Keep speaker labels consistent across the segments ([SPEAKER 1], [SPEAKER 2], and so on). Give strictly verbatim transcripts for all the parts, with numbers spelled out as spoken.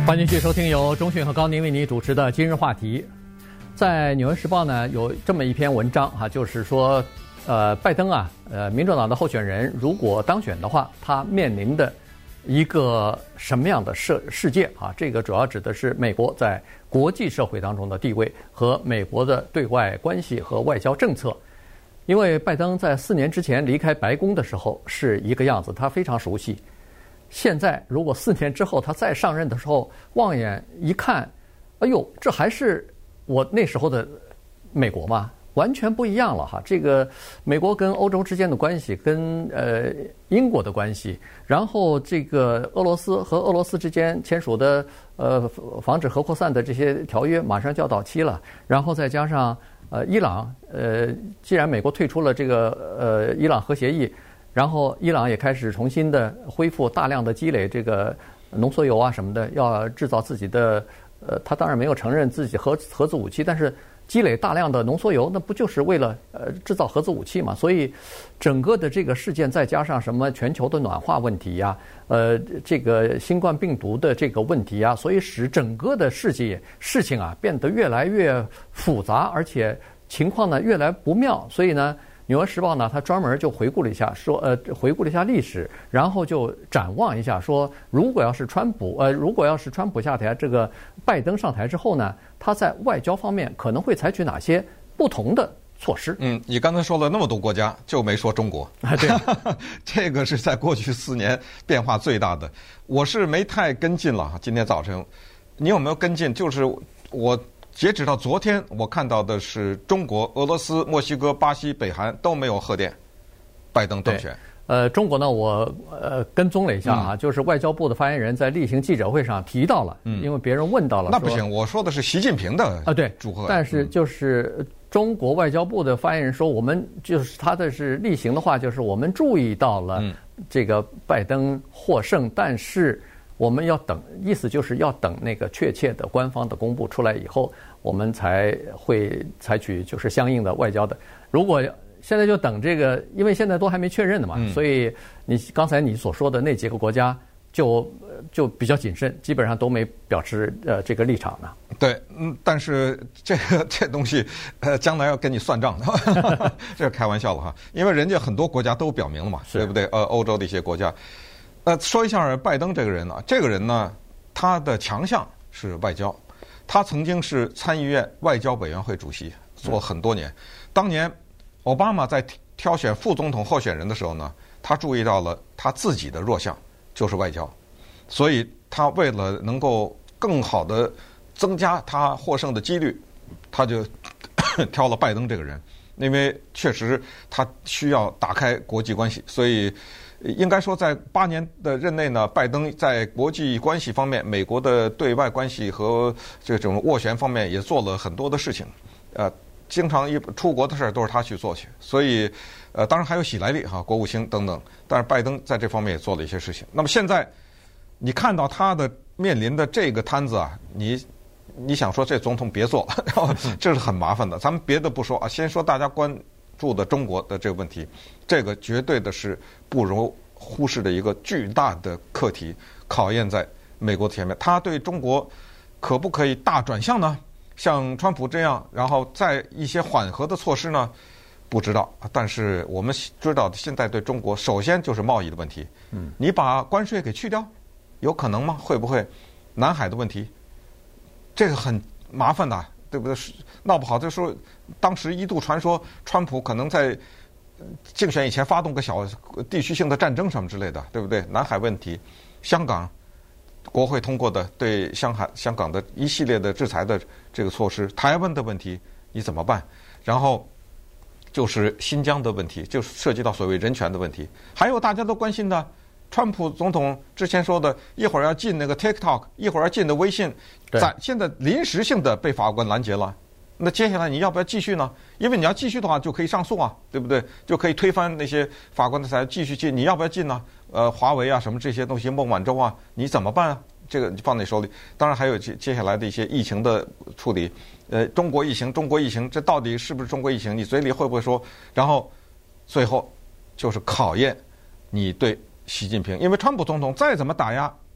[SPEAKER 1] 欢迎继续收听由钟迅和高宁为你主持的今日话题。在《纽约时报》呢有这么一篇文章哈、啊，就是说，呃，拜登啊，呃，民主党的候选人如果当选的话，他面临的一个什么样的世世界啊？这个主要指的是美国在国际社会当中的地位和美国的对外关系和外交政策。因为拜登在四年之前离开白宫的时候是一个样子，他非常熟悉。现在如果四年之后他再上任的时候，望眼一看，哎呦，这还是我那时候的美国吗？完全不一样了哈。这个美国跟欧洲之间的关系，跟呃英国的关系，然后这个俄罗斯和俄罗斯之间签署的呃防止核扩散的这些条约马上就要到期了，然后再加上呃伊朗，呃既然美国退出了这个呃伊朗核协议。然后伊朗也开始重新的恢复大量的积累这个浓缩铀啊什么的，要制造自己的呃，他当然没有承认自己核核子武器，但是积累大量的浓缩铀，那不就是为了呃制造核子武器嘛？所以整个的这个事件再加上什么全球的暖化问题呀、呃这个新冠病毒的这个问题呀，所以使整个的世界事情啊变得越来越复杂，而且情况呢越来不妙，所以呢。《纽约时报》呢，他专门就回顾了一下，说呃，回顾了一下历史，然后就展望一下，说如果要是川普呃，如果要是川普下台，这个拜登上台之后呢，他在外交方面可能会采取哪些不同的措施？
[SPEAKER 2] 嗯，你刚才说了那么多国家，就没说中国
[SPEAKER 1] 啊？对，
[SPEAKER 2] 这个是在过去四年变化最大的。我是没太跟进了，今天早晨，你有没有跟进？就是我。截止到昨天，我看到的是中国、俄罗斯、墨西哥、巴西、北韩都没有贺电拜登当选。
[SPEAKER 1] 呃，中国呢，我呃跟踪了一下啊，嗯、就是外交部的发言人在例行记者会上提到了，嗯、因为别人问到了。
[SPEAKER 2] 那不行，我说的是习近平的
[SPEAKER 1] 啊，对，
[SPEAKER 2] 祝贺。
[SPEAKER 1] 但是就是中国外交部的发言人说，我们就是他的是例行的话，就是我们注意到了这个拜登获胜，但是。我们要等，意思就是要等那个确切的官方的公布出来以后，我们才会采取就是相应的外交的。如果现在就等这个，因为现在都还没确认的嘛，嗯、所以你刚才你所说的那几个国家就就比较谨慎，基本上都没表示呃这个立场呢。
[SPEAKER 2] 对，嗯，但是这个这东西呃将来要跟你算账的，这是开玩笑了哈，因为人家很多国家都表明了嘛，对不对？呃，欧洲的一些国家。呃，说一下拜登这个人呢，这个人呢，他的强项是外交，他曾经是参议院外交委员会主席，做很多年。当年奥巴马在挑选副总统候选人的时候呢，他注意到了他自己的弱项，就是外交，所以他为了能够更好的增加他获胜的几率，他就挑了拜登这个人，因为确实他需要打开国际关系，所以。应该说，在八年的任内呢，拜登在国际关系方面，美国的对外关系和这种斡旋方面也做了很多的事情。呃，经常一出国的事儿都是他去做去，所以，呃，当然还有喜来利哈，国务卿等等。但是拜登在这方面也做了一些事情。那么现在，你看到他的面临的这个摊子啊，你你想说这总统别做，这是很麻烦的。咱们别的不说啊，先说大家关。住的中国的这个问题，这个绝对的是不容忽视的一个巨大的课题，考验在美国的前面。他对中国可不可以大转向呢？像川普这样，然后再一些缓和的措施呢？不知道。但是我们知道，现在对中国首先就是贸易的问题。嗯，你把关税给去掉，有可能吗？会不会？南海的问题，这个很麻烦的。对不对？闹不好就说，当时一度传说川普可能在竞选以前发动个小地区性的战争什么之类的，对不对？南海问题，香港国会通过的对香海香港的一系列的制裁的这个措施，台湾的问题你怎么办？然后就是新疆的问题，就涉及到所谓人权的问题，还有大家都关心的。川普总统之前说的，一会儿要进那个 TikTok， 一会儿要进的微信，在现在临时性的被法官拦截了。那接下来你要不要继续呢？因为你要继续的话，就可以上诉啊，对不对？就可以推翻那些法官的裁，继续进。你要不要进呢？呃，华为啊，什么这些东西，孟晚舟啊，你怎么办啊？这个放在手里。当然还有接接下来的一些疫情的处理，呃，中国疫情，中国疫情，这到底是不是中国疫情？你嘴里会不会说？然后最后就是考验你对。习近平，因为川普总统再怎么打压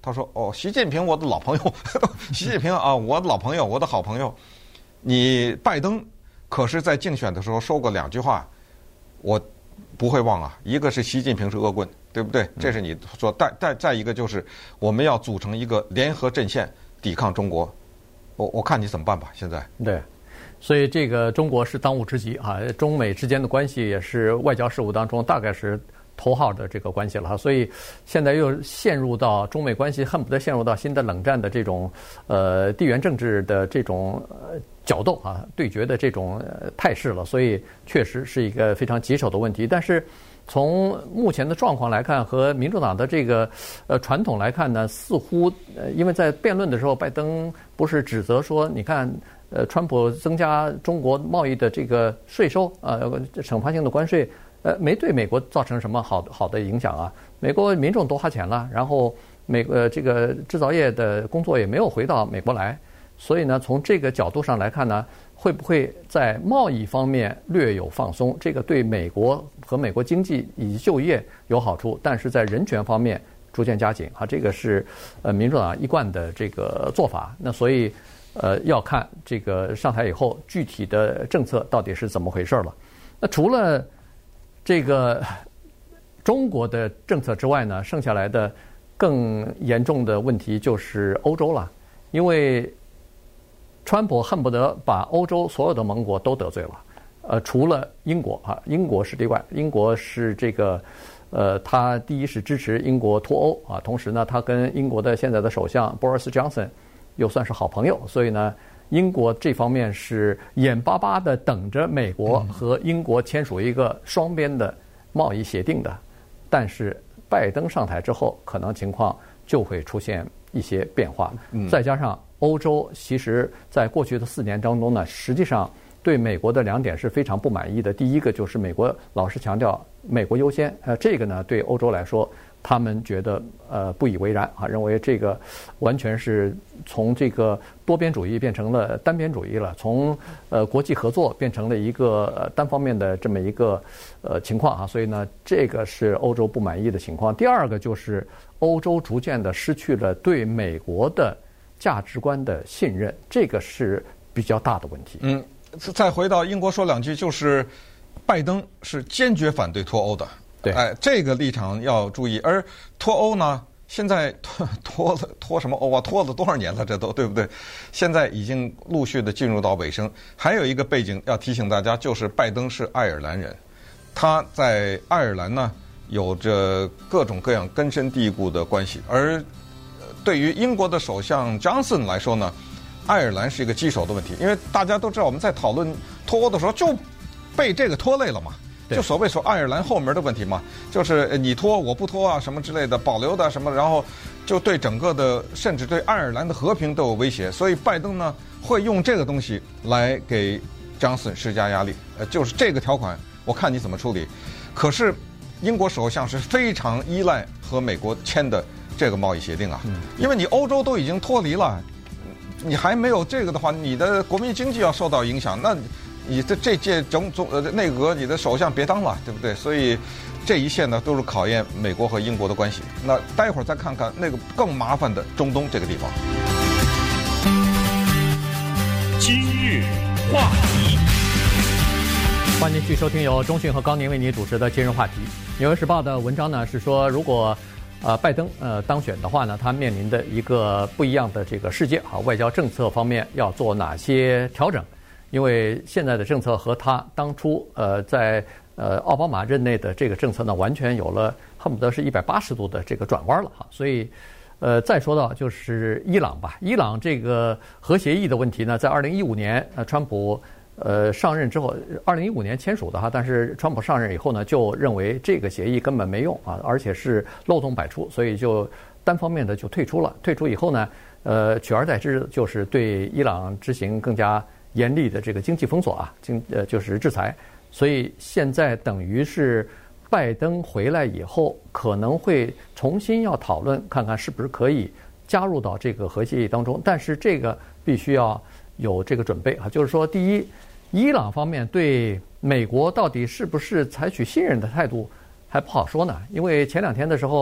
[SPEAKER 2] 他说：“哦，习近平我的老朋友，习近平啊，我的老朋友，我的好朋友。你拜登可是在竞选的时候说过两句话，我不会忘啊。一个是习近平是恶棍，对不对？这是你说。再再再一个就是我们要组成一个联合阵线抵抗中国。我我看你怎么办吧。现在
[SPEAKER 1] 对。”所以这个中国是当务之急啊，中美之间的关系也是外交事务当中大概是头号的这个关系了哈。所以现在又陷入到中美关系恨不得陷入到新的冷战的这种呃地缘政治的这种呃角斗啊对决的这种呃态势了。所以确实是一个非常棘手的问题。但是从目前的状况来看，和民主党的这个呃传统来看呢，似乎呃因为在辩论的时候，拜登不是指责说，你看。呃，川普增加中国贸易的这个税收，呃，惩罚性的关税，呃，没对美国造成什么好好的影响啊。美国民众多花钱了，然后美呃这个制造业的工作也没有回到美国来，所以呢，从这个角度上来看呢，会不会在贸易方面略有放松？这个对美国和美国经济以及就业有好处，但是在人权方面逐渐加紧啊，这个是呃民主党一贯的这个做法。那所以。呃，要看这个上台以后具体的政策到底是怎么回事了。那除了这个中国的政策之外呢，剩下来的更严重的问题就是欧洲了，因为川普恨不得把欧洲所有的盟国都得罪了。呃，除了英国啊，英国是例外，英国是这个呃，他第一是支持英国脱欧啊，同时呢，他跟英国的现在的首相 Boris Johnson。又算是好朋友，所以呢，英国这方面是眼巴巴的等着美国和英国签署一个双边的贸易协定的。但是拜登上台之后，可能情况就会出现一些变化。再加上欧洲其实在过去的四年当中呢，实际上对美国的两点是非常不满意的。第一个就是美国老是强调美国优先，呃，这个呢对欧洲来说。他们觉得呃不以为然啊，认为这个完全是从这个多边主义变成了单边主义了，从呃国际合作变成了一个单方面的这么一个呃情况啊，所以呢，这个是欧洲不满意的情况。第二个就是欧洲逐渐的失去了对美国的价值观的信任，这个是比较大的问题。
[SPEAKER 2] 嗯，再回到英国说两句，就是拜登是坚决反对脱欧的。
[SPEAKER 1] 对，
[SPEAKER 2] 哎，这个立场要注意。而脱欧呢，现在脱脱了脱什么欧啊？脱了多少年了？这都对不对？现在已经陆续的进入到尾声。还有一个背景要提醒大家，就是拜登是爱尔兰人，他在爱尔兰呢有着各种各样根深蒂固的关系。而对于英国的首相 Johnson 来说呢，爱尔兰是一个棘手的问题，因为大家都知道我们在讨论脱欧的时候就被这个拖累了嘛。就所谓说爱尔兰后门的问题嘛，就是你脱我不脱啊什么之类的，保留的什么，然后就对整个的甚至对爱尔兰的和平都有威胁。所以拜登呢会用这个东西来给张森施加压力，呃，就是这个条款，我看你怎么处理。可是英国首相是非常依赖和美国签的这个贸易协定啊，因为你欧洲都已经脱离了，你还没有这个的话，你的国民经济要受到影响，那。你的这届总总呃内阁，你的首相别当了，对不对？所以这一切呢，都是考验美国和英国的关系。那待会儿再看看那个更麻烦的中东这个地方。
[SPEAKER 3] 今日话题，
[SPEAKER 1] 欢迎继续收听由钟讯和高宁为你主持的今日话题。纽约时报的文章呢是说，如果呃拜登呃当选的话呢，他面临的一个不一样的这个世界啊，外交政策方面要做哪些调整？因为现在的政策和他当初呃在呃奥巴马任内的这个政策呢，完全有了恨不得是一百八十度的这个转弯了哈。所以呃再说到就是伊朗吧，伊朗这个核协议的问题呢，在二零一五年呃川普呃上任之后，二零一五年签署的哈，但是川普上任以后呢，就认为这个协议根本没用啊，而且是漏洞百出，所以就单方面的就退出了。退出以后呢，呃取而代之就是对伊朗执行更加严厉的这个经济封锁啊，经呃就是制裁，所以现在等于是拜登回来以后，可能会重新要讨论，看看是不是可以加入到这个核协议当中。但是这个必须要有这个准备啊，就是说，第一，伊朗方面对美国到底是不是采取信任的态度还不好说呢，因为前两天的时候，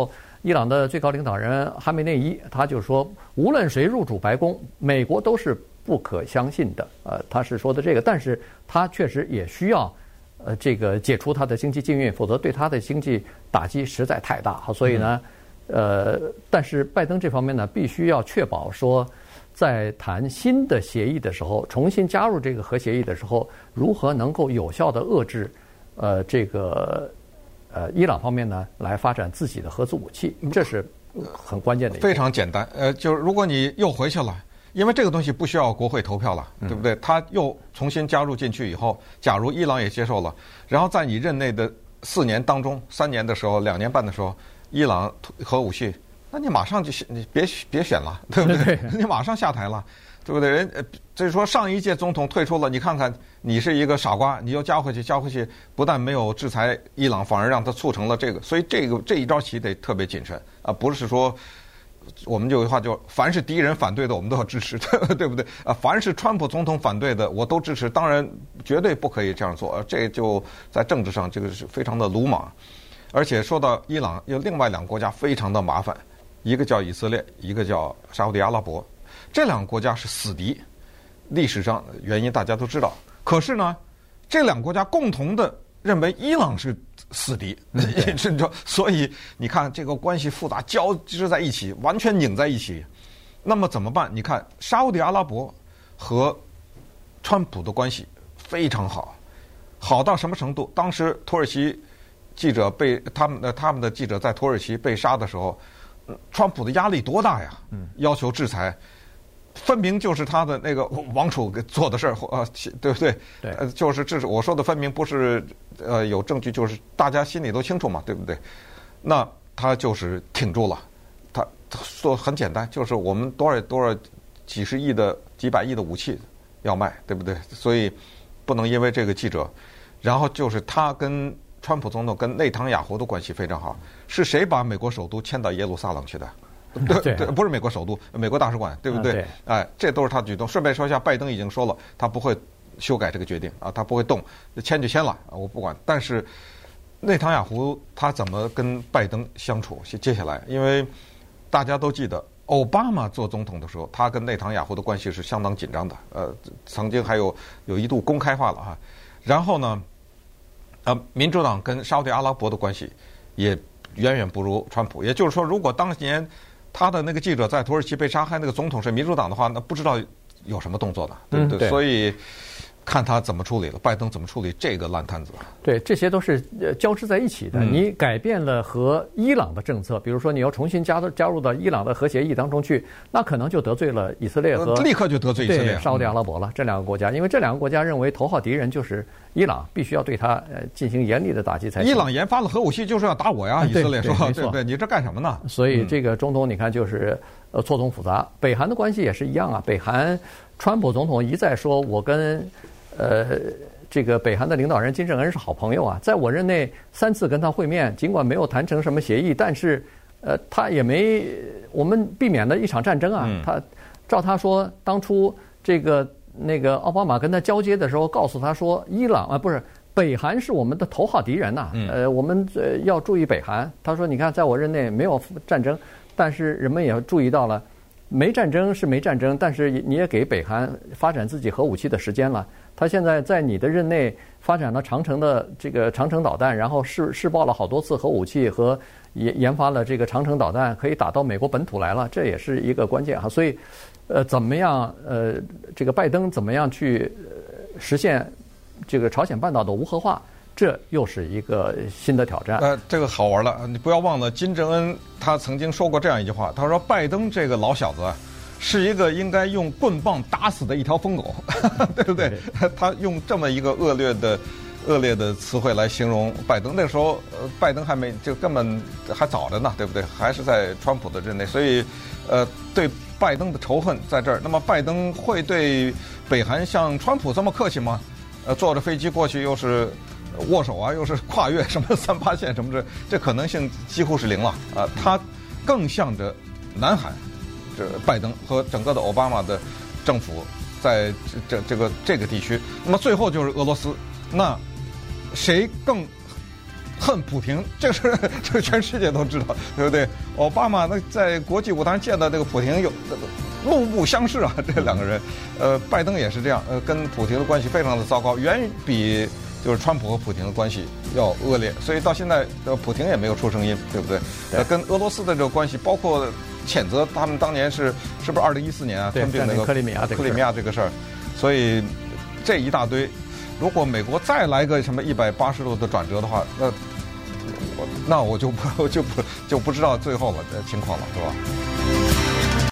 [SPEAKER 1] 伊朗的最高领导人哈梅内伊他就说，无论谁入主白宫，美国都是不可相信的。呃，他是说的这个，但是他确实也需要呃这个解除他的经济禁运，否则对他的经济打击实在太大。所以呢，呃，但是拜登这方面呢，必须要确保说，在谈新的协议的时候，重新加入这个核协议的时候，如何能够有效的遏制呃这个。呃，伊朗方面呢，来发展自己的核子武器，这是很关键的一个。
[SPEAKER 2] 非常简单，呃，就是如果你又回去了，因为这个东西不需要国会投票了，对不对？他又重新加入进去以后，假如伊朗也接受了，然后在你任内的四年当中，三年的时候，两年半的时候，伊朗核武器，那你马上就你别别选了，对不对？你马上下台了。对不对？人呃，就是说上一届总统退出了，你看看你是一个傻瓜，你又加回去，加回去，不但没有制裁伊朗，反而让他促成了这个，所以这个这一招棋得特别谨慎啊，不是说我们有句话就凡是敌人反对的我们都要支持，对不对？啊，凡是川普总统反对的我都支持，当然绝对不可以这样做，这就在政治上这个是非常的鲁莽。而且说到伊朗，有另外两个国家非常的麻烦，一个叫以色列，一个叫沙烏地阿拉伯。这两个国家是死敌，历史上原因大家都知道。可是呢，这两个国家共同的认为伊朗是死敌，所以你看这个关系复杂，交织在一起，完全拧在一起。那么怎么办？你看沙烏地阿拉伯和川普的关系非常好，好到什么程度？当时土耳其记者被他们的他们的记者在土耳其被杀的时候，川普的压力多大呀？要求制裁。分明就是他的那个王储给做的事儿，呃，对不对？
[SPEAKER 1] 对，
[SPEAKER 2] 呃，就是这是我说的分明，不是呃有证据，就是大家心里都清楚嘛，对不对？那他就是挺住了，他他说很简单，就是我们多少多少几十亿的几百亿的武器要卖，对不对？所以不能因为这个记者，然后就是他跟川普总统跟内塔尼亚胡的关系非常好，是谁把美国首都迁到耶路撒冷去的？对对，不是美国首都，美国大使馆，对不对？哎，这都是他的举动。顺便说一下，拜登已经说了，他不会修改这个决定啊，他不会动，签就签了，我不管。但是内塔尼亚胡他怎么跟拜登相处？接下来，因为大家都记得，奥巴马做总统的时候，他跟内塔尼亚胡的关系是相当紧张的，呃，曾经还有有一度公开化了哈。然后呢，呃，民主党跟沙烏地阿拉伯的关系也远远不如川普。也就是说，如果当年他的那个记者在土耳其被杀害，那个总统是民主党的话，那不知道有什么动作的，对不对？嗯、对，所以看他怎么处理了，拜登怎么处理这个烂摊子。
[SPEAKER 1] 对，这些都是呃交织在一起的。嗯、你改变了和伊朗的政策，比如说你要重新加加入到伊朗的核协议当中去，那可能就得罪了以色列和、
[SPEAKER 2] 呃、立刻就得罪以色列、
[SPEAKER 1] 沙烏地阿拉伯了、嗯、这两个国家，因为这两个国家认为头号敌人就是伊朗，必须要对他呃进行严厉的打击才行。
[SPEAKER 2] 伊朗研发了核武器就是要打我呀，以色列说，对不对？你这干什么呢？
[SPEAKER 1] 所以这个中东你看就是呃错综复杂。北韩的关系也是一样啊，北韩川普总统一再说我跟呃，这个北韩的领导人金正恩是好朋友啊，在我任内三次跟他会面，尽管没有谈成什么协议，但是，呃，他也没我们避免了一场战争啊。嗯、他照他说，当初这个那个奥巴马跟他交接的时候，告诉他说，伊朗啊不是北韩是我们的头号敌人呐、啊，嗯、呃，我们呃要注意北韩。他说，你看，在我任内没有战争，但是人们也注意到了。没战争是没战争，但是你也给北韩发展自己核武器的时间了。他现在在你的任内发展了长城的这个长城导弹，然后试试爆了好多次核武器和研研发了这个长城导弹，可以打到美国本土来了，这也是一个关键哈。所以，呃，怎么样？呃，这个拜登怎么样去实现这个朝鲜半岛的无核化？这又是一个新的挑战。
[SPEAKER 2] 呃，这个好玩了，你不要忘了，金正恩他曾经说过这样一句话，他说拜登这个老小子是一个应该用棍棒打死的一条疯狗，对不对？对他用这么一个恶劣的、恶劣的词汇来形容拜登。那个时候，呃，拜登还没就根本还早着呢，对不对？还是在川普的任内，所以，呃，对拜登的仇恨在这儿。那么，拜登会对北韩像川普这么客气吗？呃，坐着飞机过去又是握手啊，又是跨越什么三八线什么这，这可能性几乎是零了啊！他更向着南韩，这拜登和整个的奥巴马的政府在这这个这个地区。那么最后就是俄罗斯，那谁更恨普京，这个是这个全世界都知道，对不对？奥巴马那在国际舞台上见到这个普京有怒目相视啊，这两个人，呃，拜登也是这样，呃，跟普京的关系非常的糟糕，远比就是川普和普京的关系要恶劣，所以到现在，呃，普京也没有出声音，对不对？
[SPEAKER 1] 对
[SPEAKER 2] 呃，跟俄罗斯的这个关系，包括谴责他们当年是是不是二零一四年啊吞并那个
[SPEAKER 1] 克里米亚这个
[SPEAKER 2] 克里米亚这个事儿，所以这一大堆，如果美国再来个什么一百八十度的转折的话，那我那我就不我就不就不知道最后了的情况了，是吧？